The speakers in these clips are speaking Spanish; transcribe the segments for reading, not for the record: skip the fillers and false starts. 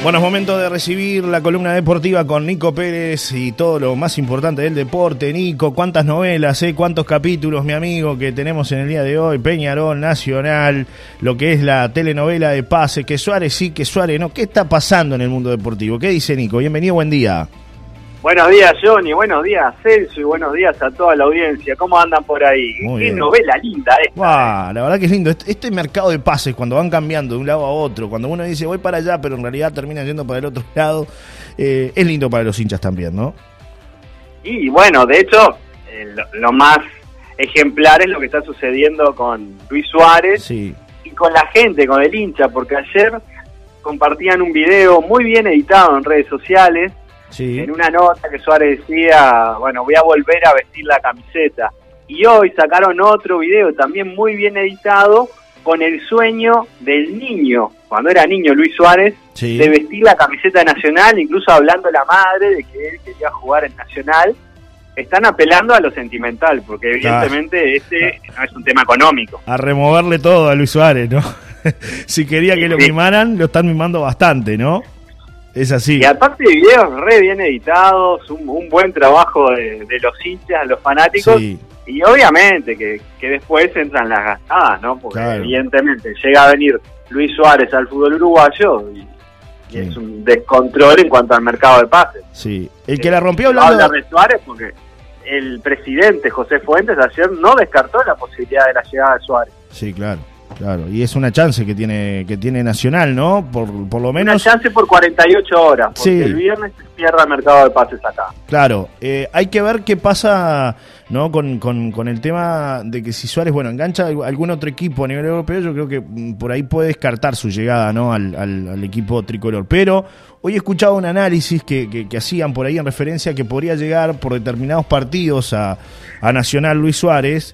Bueno, es momento de recibir la columna deportiva con Nico Pérez y todo lo más importante del deporte. Nico, cuántas novelas, cuántos capítulos, mi amigo, que tenemos en el día de hoy. Peñarol, Nacional, lo que es la telenovela de pase, que Suárez sí, que Suárez no. ¿Qué está pasando en el mundo deportivo? ¿Qué dice Nico? Bienvenido, buen día. Buenos días, Johnny, buenos días, Celso, y buenos días a toda la audiencia. ¿Cómo andan por ahí? Muy Qué bien. novela linda esta. Wow, la verdad que es lindo. Este mercado de pases, cuando van cambiando de un lado a otro, cuando uno dice voy para allá, pero en realidad termina yendo para el otro lado, es lindo para los hinchas también, ¿no? Y bueno, de hecho, lo más ejemplar es lo que está sucediendo con Luis Suárez Sí. y con la gente, con el hincha, porque ayer compartían un video muy bien editado en redes sociales, Sí. en una nota que Suárez decía, bueno, voy a volver a vestir la camiseta. Y hoy sacaron otro video también muy bien editado con el sueño del niño, cuando era niño Luis Suárez, Sí. de vestir la camiseta nacional, incluso hablando la madre de que él quería jugar en Nacional. Están apelando a lo sentimental, porque evidentemente no es un tema económico. A removerle todo a Luis Suárez, ¿no? Si quería que lo mimaran, lo están mimando bastante, ¿no? Es así. Y aparte de videos re bien editados, un buen trabajo de los hinchas, los fanáticos, Sí. y obviamente que después entran las gastadas, ¿no? Porque Claro. evidentemente llega a venir Luis Suárez al fútbol uruguayo y Sí. es un descontrol en cuanto al mercado de pases. Sí. El que la rompió hablando... Habla de Suárez porque el presidente José Fuentes ayer no descartó la posibilidad de la llegada de Suárez. Sí, claro. Claro, y es una chance que tiene Nacional, ¿no? Por lo menos. Una chance por 48 horas, porque Sí. el viernes se cierra el mercado de pases acá. Claro, hay que ver qué pasa, ¿no? Con el tema de que si Suárez, bueno, engancha a algún otro equipo a nivel europeo, yo creo que por ahí puede descartar su llegada, ¿no? al equipo tricolor. Pero hoy he escuchado un análisis que hacían por ahí en referencia que podría llegar por determinados partidos a Nacional Luis Suárez,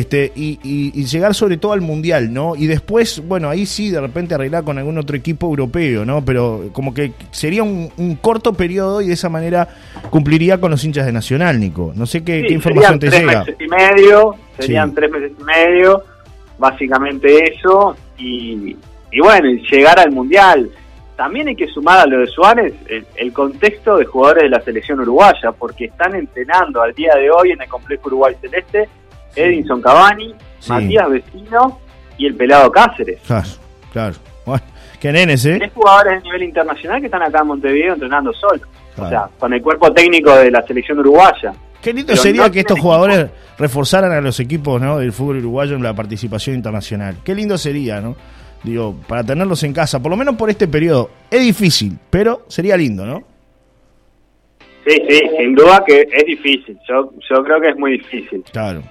y llegar sobre todo al Mundial, ¿no? Y después, bueno, ahí sí de repente arreglar con algún otro equipo europeo, ¿no? Pero como que sería un corto periodo y de esa manera cumpliría con los hinchas de Nacional, Nico. No sé qué información te llega. Serían 3 meses y medio, básicamente eso, y bueno, y llegar al Mundial. También hay que sumar a lo de Suárez el contexto de jugadores de la selección uruguaya, porque están entrenando al día de hoy en el complejo Uruguay Celeste Edinson Cavani, Sí. Matías Vecino y el Pelado Cáceres. Claro. Bueno, qué nenes, ¿eh? 3 jugadores de nivel internacional que están acá en Montevideo entrenando solos. Claro. O sea, con el cuerpo técnico de la selección uruguaya. Qué lindo Pero sería no que estos tienen jugadores reforzaran a los equipos, ¿no? Del fútbol uruguayo en la participación internacional. Qué lindo sería, ¿no? Digo, para tenerlos en casa, por lo menos por este periodo. Es difícil, pero sería lindo, ¿no? Sí, sin duda que es difícil. Yo creo que es muy difícil. Claro.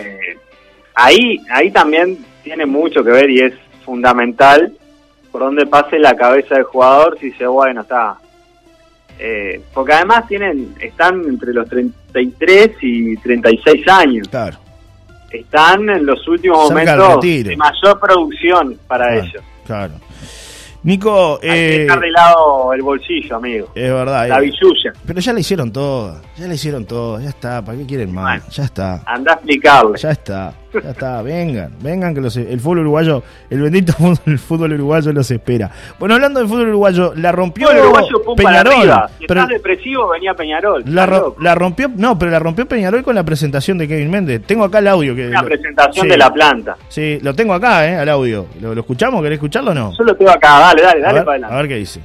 Ahí también tiene mucho que ver y es fundamental por dónde pase la cabeza del jugador, si dice, bueno, está. Porque además están entre los 33 y 36 años. Claro. Están en los últimos Cerca del momentos retiro. de mayor producción para ellos. Claro. Nico, Hay que dejar de lado el bolsillo, amigo. es verdad. La billulla. Pero ya le hicieron todo, ya está, ¿para qué quieren más? Bueno. Ya está. Anda a explicarle. Ya está, vengan que el fútbol uruguayo, el bendito fútbol uruguayo los espera. Bueno, hablando del fútbol uruguayo, la rompió El uruguayo pum para Peñarol. arriba. Si Pero estás depresivo, venía Peñarol. la rompió Peñarol con la presentación de Kevin Méndez. Tengo acá el audio. Una presentación de la planta. Sí, lo tengo acá, al audio. ¿Lo escuchamos? ¿Querés escucharlo o no? Yo lo tengo acá, dale para A adelante. ver qué dice.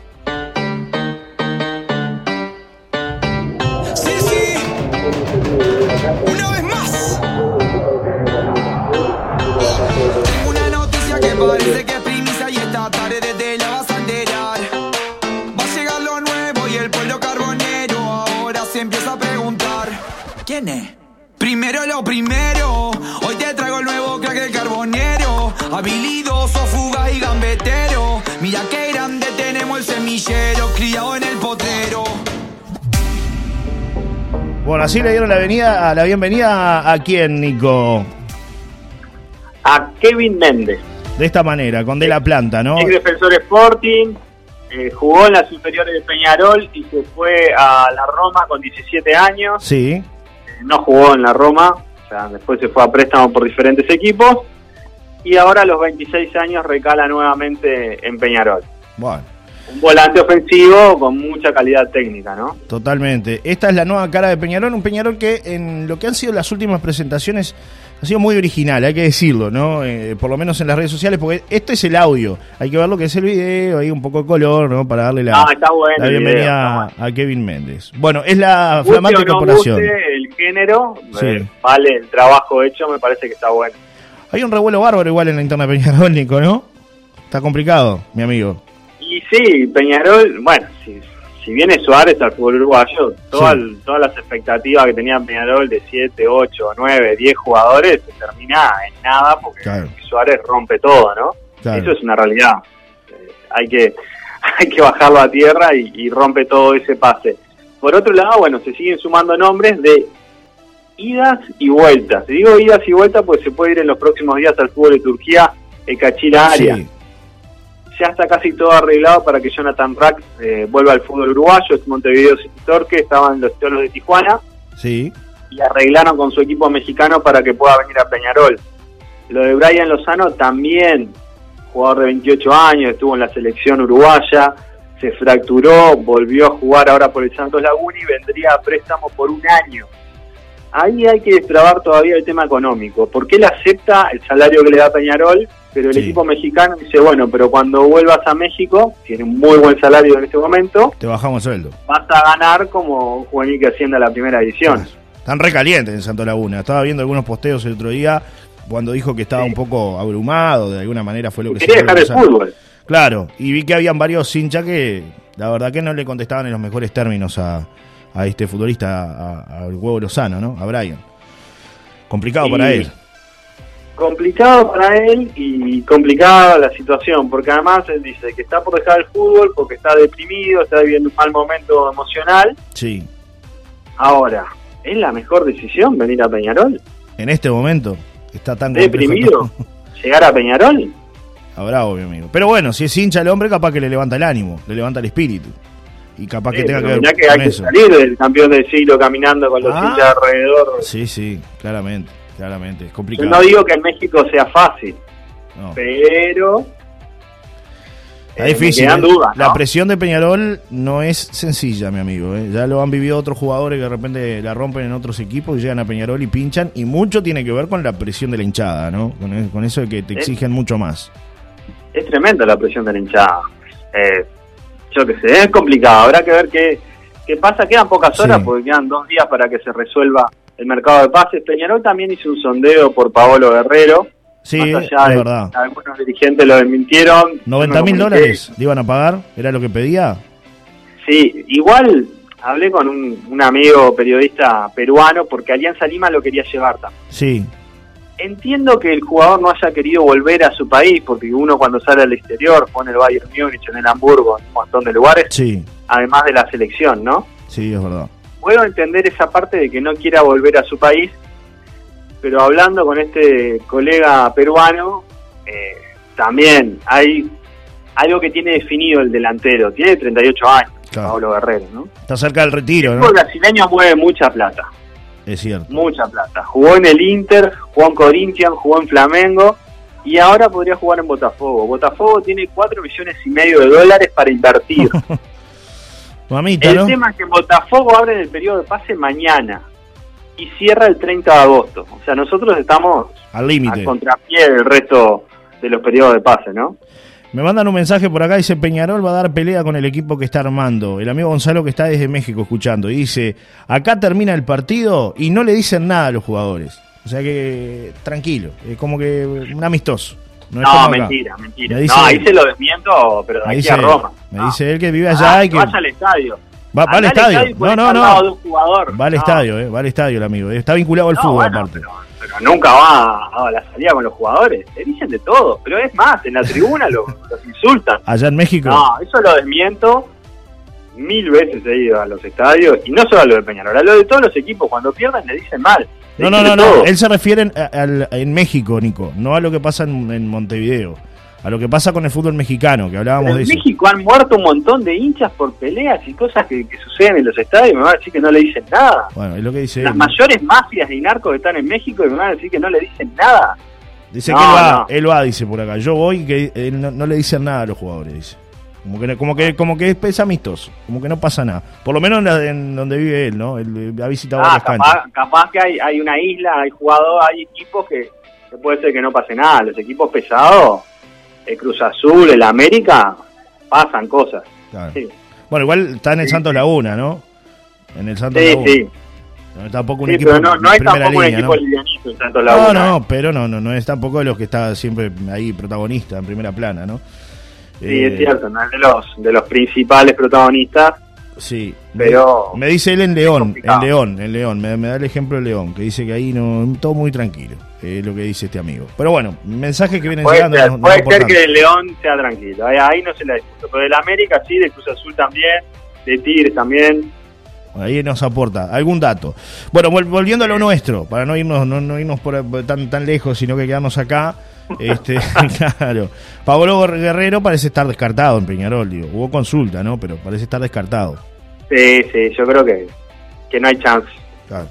Una vez más. Tengo una noticia que parece que es primicia y esta tarde desde la vas a enterar. Va a llegar lo nuevo y el pueblo carbonero ahora se empieza a preguntar: ¿quién es? Primero lo primero, hoy te traigo el nuevo crack del carbonero. Habilidoso, fugaz y gambetero. Mira qué grande tenemos el semillero, criado en el potrero. Bueno, así le dieron la bienvenida a quién, Nico. A Kevin Méndez. De esta manera, con De La Planta, ¿no? Ex Defensor Sporting, jugó en las superiores de Peñarol y se fue a la Roma con 17 años. Sí. No jugó en la Roma, o sea, después se fue a préstamo por diferentes equipos. Y ahora a los 26 años recala nuevamente en Peñarol. Bueno. Un volante ofensivo con mucha calidad técnica, ¿no? Totalmente. Esta es la nueva cara de Peñarol, un Peñarol que en lo que han sido las últimas presentaciones ha sido muy original, hay que decirlo, ¿no? Por lo menos en las redes sociales, porque este es el audio, hay que ver lo que es el video, hay un poco de color, ¿no? Para darle la bienvenida a Kevin Méndez. Bueno, es la flamante corporación. El género, sí. Vale el trabajo hecho, me parece que está bueno. Hay un revuelo bárbaro igual en la interna de Peñarol, Nico, ¿no? Está complicado, mi amigo. Y sí, Peñarol, bueno, si viene Suárez al fútbol uruguayo, todas las expectativas que tenía Peñarol de 7, 8, 9, 10 jugadores se termina en nada porque Suárez rompe todo, ¿no? Claro. Eso es una realidad. Hay que bajarlo a tierra y rompe todo ese pase. Por otro lado, bueno, se siguen sumando nombres de idas y vueltas. Digo idas y vueltas porque se puede ir en los próximos días al fútbol de Turquía, el Cachira Arias. Sí. Ya está casi todo arreglado para que Jonathan Rack vuelva al fútbol uruguayo. Es Montevideo City Torque, estaban los Cholos de Tijuana. Sí. Y arreglaron con su equipo mexicano para que pueda venir a Peñarol. Lo de Brian Lozano también, jugador de 28 años, estuvo en la selección uruguaya, se fracturó, volvió a jugar ahora por el Santos Laguna y vendría a préstamo por un año. Ahí hay que destrabar todavía el tema económico, porque él acepta el salario que le da Peñarol, pero el equipo mexicano dice, bueno, pero cuando vuelvas a México, tiene un muy buen salario en este momento, te bajamos el sueldo. Vas a ganar como un juvenil que asciende a la primera división. Están recalientes en Santos Laguna. Estaba viendo algunos posteos el otro día cuando dijo que estaba un poco abrumado, de alguna manera fue lo que quería dejar el fútbol. Claro, y vi que habían varios hinchas que la verdad que no le contestaban en los mejores términos a este futbolista, al Huevo Lozano, ¿no? A Brian. Complicado para él. Complicado para él y complicada la situación, porque además él dice que está por dejar el fútbol porque está deprimido, está viviendo un mal momento emocional. Sí. Ahora, ¿es la mejor decisión venir a Peñarol? En este momento está tan deprimido. ¿Llegar a Peñarol? Bravo, mi amigo. Pero bueno, si es hincha el hombre, capaz que le levanta el ánimo, le levanta el espíritu. Y capaz que tenga que ver que hay eso. Que salir del campeón del siglo caminando con los hinchas alrededor. Sí, claramente, es complicado. Yo no digo que en México sea fácil, pero está difícil. Me quedan dudas, ¿no? La presión de Peñarol no es sencilla, mi amigo. Ya lo han vivido otros jugadores que de repente la rompen en otros equipos y llegan a Peñarol y pinchan, y mucho tiene que ver con la presión de la hinchada, ¿no? Con eso de que te exigen mucho más. Es tremenda la presión de la hinchada. Yo qué sé, es complicado. Habrá que ver qué pasa. Quedan pocas horas porque quedan 2 días para que se resuelva el mercado de pases. Peñarol también hizo un sondeo por Paolo Guerrero. Sí, es verdad. Algunos dirigentes lo desmintieron. $90.000 le iban a pagar, ¿era lo que pedía? Sí, igual hablé con un amigo periodista peruano porque Alianza Lima lo quería llevar también. Sí. Entiendo que el jugador no haya querido volver a su país, porque uno cuando sale al exterior, pone el Bayern Múnich, en el Hamburgo, en un montón de lugares, además de la selección, ¿no? Sí, es verdad. Puedo entender esa parte de que no quiera volver a su país, pero hablando con este colega peruano, también hay algo que tiene definido el delantero. Tiene 38 años, Paolo Guerrero, ¿no? Está cerca del retiro, ¿no? El brasileño mueve mucha plata. Es cierto. Mucha plata. Jugó en el Inter, jugó en Corinthians, jugó en Flamengo y ahora podría jugar en Botafogo. Botafogo tiene $4,5 millones para invertir. Mamita, el tema es que Botafogo abre el periodo de pase mañana y cierra el 30 de agosto. O sea, nosotros estamos al límite, a contrapié del resto de los periodos de pase, ¿no? Me mandan un mensaje por acá, dice: Peñarol va a dar pelea con el equipo que está armando. El amigo Gonzalo, que está desde México escuchando, y dice: acá termina el partido y no le dicen nada a los jugadores. O sea que tranquilo, es como que un amistoso. No, mentira. No, ahí se lo desmiento, pero de aquí a Roma. Me dice él que vive allá y que vaya al estadio. Va al estadio. No. Jugador. Va al estadio, va al estadio el amigo. Está vinculado al fútbol, aparte. Pero nunca va a la salida con los jugadores. Le dicen de todo. Pero es más, en la tribuna los insultan. Allá en México. No, eso lo desmiento. 1000 veces he ido a los estadios. Y no solo a lo de Peñarol, a lo de todos los equipos. Cuando pierden le dicen mal. No. Él se refiere en México, Nico. No a lo que pasa en Montevideo. A lo que pasa con el fútbol mexicano, que hablábamos de eso. En México han muerto un montón de hinchas por peleas y cosas que suceden en los estadios y me van a decir que no le dicen nada. Bueno, es lo que dice las mayores mafias y narcos que están en México y me van a decir que no le dicen nada. Dice que él va, dice por acá. Yo voy y que él no le dicen nada a los jugadores, dice. Como que es amistoso, como que no pasa nada. Por lo menos en donde vive él, ¿no? Él ha visitado varias canchas. Capaz que hay una isla, hay jugadores, hay equipos que puede ser que no pase nada. Los equipos pesados, el Cruz Azul, el América, pasan cosas. Claro. Sí. Bueno, igual está en el Santos Laguna, ¿no? En el Santos Sí, Laguna. sí. No, tampoco un Sí, equipo pero no es primera tampoco línea, un equipo ¿no? livianito el Santos Laguna. No, pero no es tampoco de los que está siempre ahí protagonista en primera plana, ¿no? Sí, es cierto, no es de los principales protagonistas. Sí, pero me dice él en León, complicado. me da el ejemplo de León, que dice que ahí no todo muy tranquilo, es lo que dice este amigo. Pero bueno, mensajes que vienen llegando. Puede ser que el León sea tranquilo, ahí no se la discuto, pero del América sí, del Cruz Azul también, de Tigres también. Ahí nos aporta algún dato. Bueno, volviendo a lo nuestro, para no irnos por tan lejos, sino que quedarnos acá. Claro. Pablo Guerrero parece estar descartado en Peñarol, digo. Hubo consulta, ¿no? Pero parece estar descartado. Sí, yo creo que no hay chance. Claro.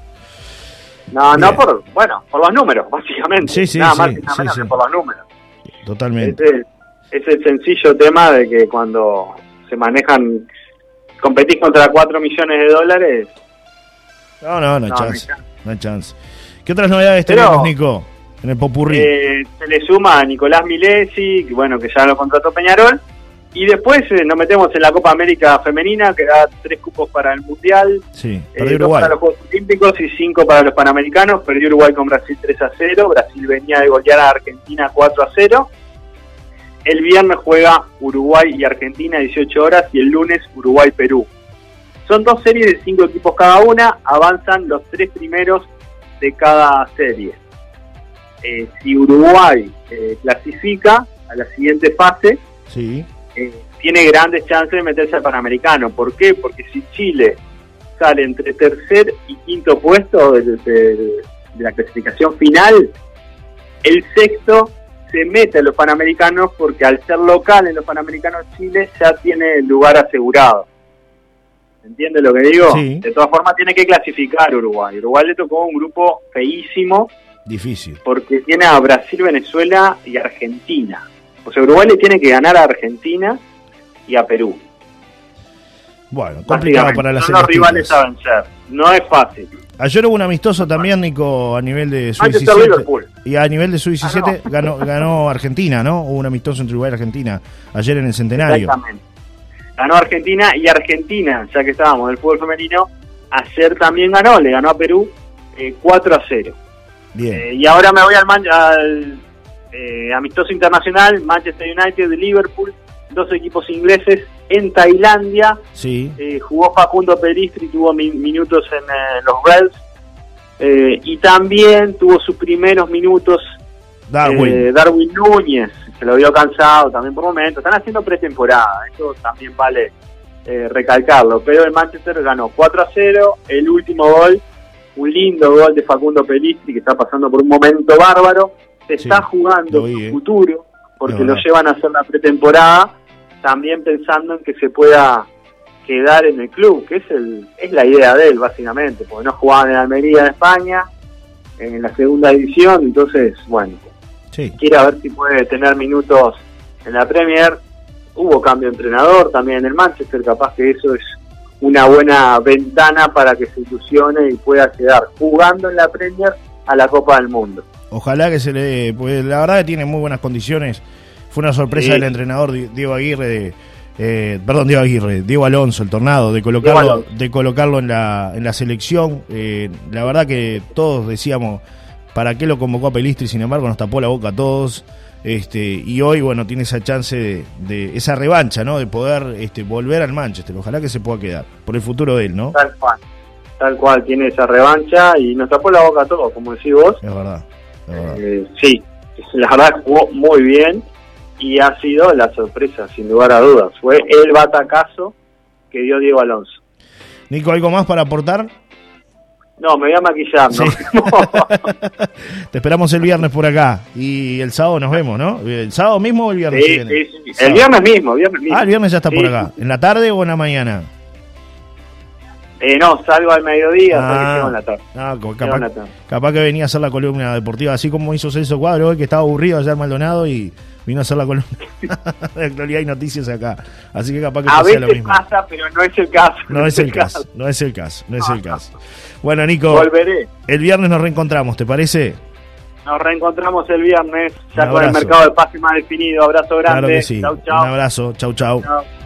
No por los números, básicamente. Sí, nada más y nada menos que por los números. Totalmente. Es el sencillo tema de que cuando se manejan, competís contra 4 millones de dólares. No hay chance. ¿Qué otras novedades tenemos, Nico? En el popurrí. Se le suma a Nicolás Milesi, que ya lo contrató Peñarol. Y después nos metemos en la Copa América Femenina, que da 3 cupos para el Mundial. Sí, 2 para los Juegos Olímpicos y 5 para los Panamericanos. Perdió Uruguay con Brasil 3-0. Brasil venía de golear a Argentina 4-0. El viernes juega Uruguay y Argentina a 18 horas y el lunes Uruguay-Perú. Son 2 series de 5 equipos cada una. Avanzan los 3 primeros de cada serie. Si Uruguay clasifica a la siguiente fase, sí, tiene grandes chances de meterse al Panamericano. ¿Por qué? Porque si Chile sale entre tercer y quinto puesto de la clasificación final, el sexto se mete a los Panamericanos, porque al ser local en los Panamericanos Chile ya tiene el lugar asegurado. ¿Entiendes lo que digo? Sí. De todas formas tiene que clasificar Uruguay. Uruguay le tocó un grupo feísimo. Difícil. Porque tiene a Brasil, Venezuela y Argentina. O sea, Uruguay le tiene que ganar a Argentina y a Perú. Bueno, complicado para las son los rivales a vencer. No es fácil. Ayer hubo un amistoso también, Nico, a nivel de Sub-17. Y a nivel de Sub-17 ganó Argentina, ¿no? Hubo un amistoso entre Uruguay y Argentina ayer en el Centenario. Exactamente. Ganó Argentina y Argentina, ya que estábamos en el fútbol femenino, ayer también le ganó a Perú 4-0. Bien. Y ahora me voy al amistoso internacional, Manchester United de Liverpool, 2 equipos ingleses en Tailandia. Sí. Jugó Facundo Peristri, tuvo minutos en los Reds, y también tuvo sus primeros minutos Darwin Núñez, se lo vio cansado también por momentos. Están haciendo pretemporada, eso también vale recalcarlo, pero el Manchester ganó 4-0, el último gol, un lindo gol de Facundo Pelistri, que está pasando por un momento bárbaro. Se está jugando su futuro, porque lo llevan a hacer la pretemporada, también pensando en que se pueda quedar en el club, que es la idea de él, básicamente, porque no jugaban en Almería de España, en la segunda división, entonces, bueno, quiere ver si puede tener minutos en la Premier. Hubo cambio de entrenador también en el Manchester, capaz que eso es una buena ventana para que se ilusione y pueda quedar jugando en la Premier a la Copa del Mundo. Ojalá que se le... Pues la verdad que tiene muy buenas condiciones. Fue una sorpresa del entrenador Diego Alonso, el Tornado, de colocarlo en la selección. La verdad que todos decíamos, ¿para qué lo convocó a Pelistri? Sin embargo, nos tapó la boca a todos. Y hoy, bueno, tiene esa chance de esa revancha, ¿no? De poder volver al Manchester. Ojalá que se pueda quedar, por el futuro de él, ¿no? Tal cual, tiene esa revancha y nos tapó la boca a todos, como decís vos. Es verdad. Sí, la verdad jugó muy bien y ha sido la sorpresa, sin lugar a dudas. Fue el batacazo que dio Diego Alonso. Nico, ¿algo más para aportar? No, me voy a maquillar, ¿no? Sí. Te esperamos el viernes por acá y el sábado nos vemos, ¿no? ¿El sábado mismo o el viernes? Sí. El viernes mismo. Ah, el viernes ya está por acá. ¿En la tarde o en la mañana? No, salgo al mediodía, que llego en la tarde. Capaz que venía a hacer la columna deportiva, así como hizo Celso Cuadro hoy, que estaba aburrido allá en Maldonado y Vino a hacer la columna de actualidad y noticias acá. Así que capaz que a sea lo veces mismo. pasa, pero no es el caso. No es el caso, no es el caso, no es el caso. Bueno, Nico, Volveré. el viernes nos reencontramos, ¿te parece? Nos reencontramos el viernes, ya Un con el abrazo. mercado de pase más definido. Abrazo grande. Claro que sí. Chau, chau. Un abrazo, chau, chau. Chau.